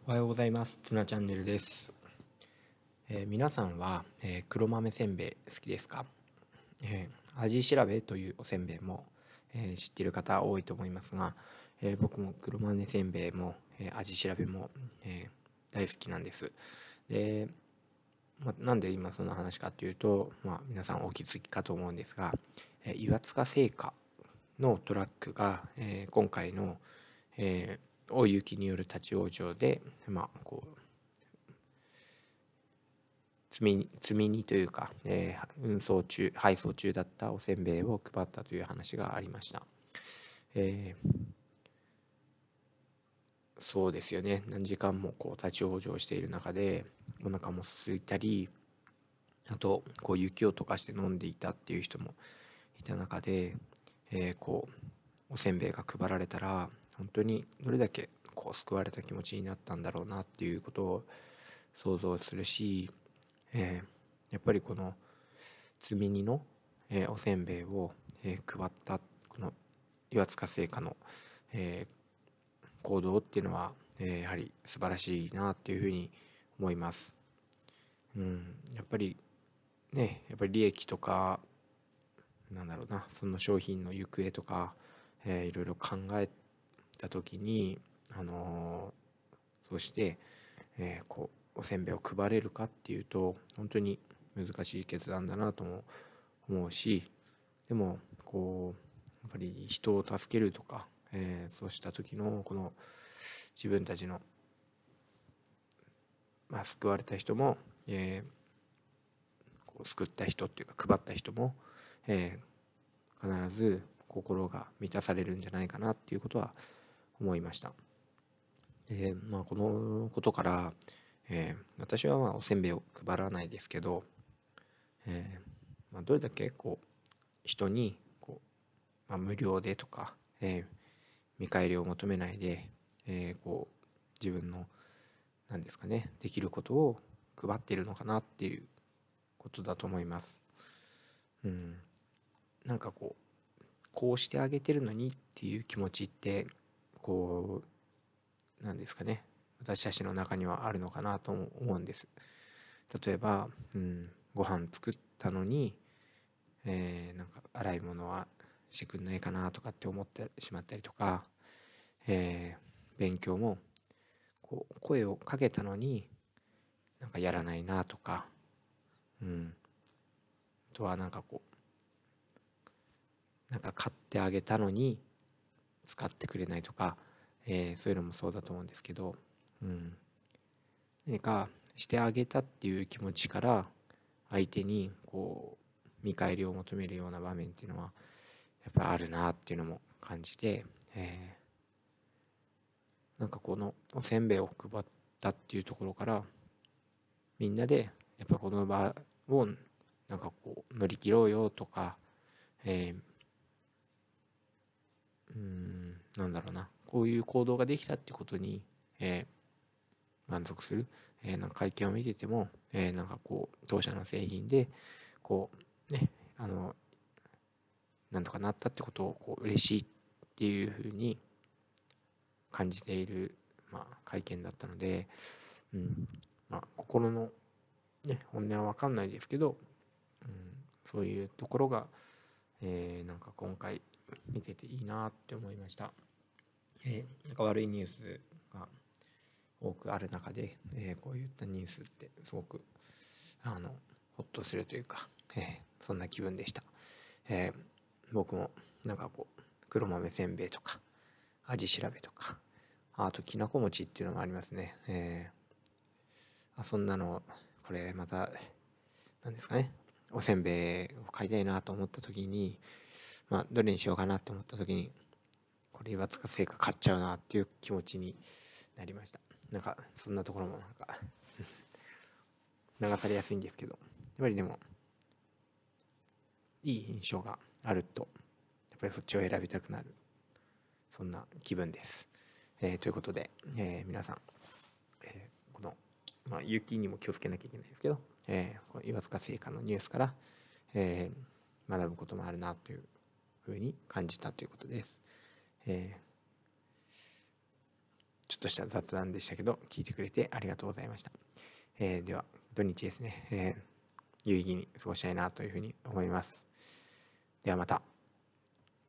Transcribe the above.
おはようございます。ツナチャンネルです。皆さんは、黒豆せんべい好きですか？味調べというおせんべいも、知っている方多いと思いますが、僕も黒豆せんべいも、味調べも、大好きなんです。で、なんで今その話かというと、皆さんお気づきかと思うんですが、岩塚製菓のトラックが、今回の、大雪による立ち往生で、積み荷というか、配送中だったおせんべいを配ったという話がありました。えそうですよね。何時間も立ち往生している中でお腹もすいたり、あと雪を溶かして飲んでいたっていう人もいた中で、おせんべいが配られたら本当にどれだけ救われた気持ちになったんだろうなっていうことを想像するし、やっぱりこの積み荷の、おせんべいを、配ったこの岩塚製菓の、行動っていうのは、やはり素晴らしいなっていうふうに思います。やっぱり利益とかその商品の行方とか、いろいろ考えた時に、そうして、おせんべいを配れるかっていうと本当に難しい決断だなとも思うし、でもやっぱり人を助けるとか、そうした時のこの自分たちの、救われた人も、救った人っていうか配った人も、必ず心が満たされるんじゃないかなっていうことは思いました。このことから、私はおせんべいを配らないですけど、どれだけ人に無料でとか、見返りを求めないで、自分の何ですかね、できることを配っているのかなっていうことだと思います。うん、こうしてあげてるのにっていう気持ちって何ですかね、私たちの中にはあるのかなと思うんです。例えば、ご飯作ったのに、洗い物はしてくんないかなとかって思ってしまったりとか、勉強も声をかけたのにやらないなとか、あとは買ってあげたのに使ってくれないとか、そういうのもそうだと思うんですけど、何かしてあげたっていう気持ちから相手に見返りを求めるような場面っていうのはやっぱりあるなっていうのも感じて、このおせんべいを配ったっていうところからみんなでやっぱこの場を乗り切ろうよとか、えこういう行動ができたっていうことに、満足する、会見を見てても、当社の製品でこうねなんとかなったってことを嬉しいっていうふうに感じている、会見だったので、心の、本音は分かんないですけど、そういうところが、今回見てていいなって思いました。悪いニュースが多くある中で、こういったニュースってすごくほっとするというか、そんな気分でした。僕も黒豆せんべいとか味調べとか、あときなこ餅っていうのもありますね。そんなのこれまた何ですかね、おせんべいを買いたいなと思った時に、どれにしようかなと思った時にこれ岩塚製菓買っちゃうなっていう気持ちになりました。そんなところも流されやすいんですけど、やっぱりでもいい印象があるとやっぱりそっちを選びたくなる、そんな気分です。ということで、皆さん、この、雪にも気をつけなきゃいけないですけど、岩塚製菓のニュースから、学ぶこともあるなというふうに感じたということです。ちょちょっとした雑談でしたけど、聞いてくれてありがとうございました。では土日ですね、有意義に過ごしたいなというふうに思います。ではまた。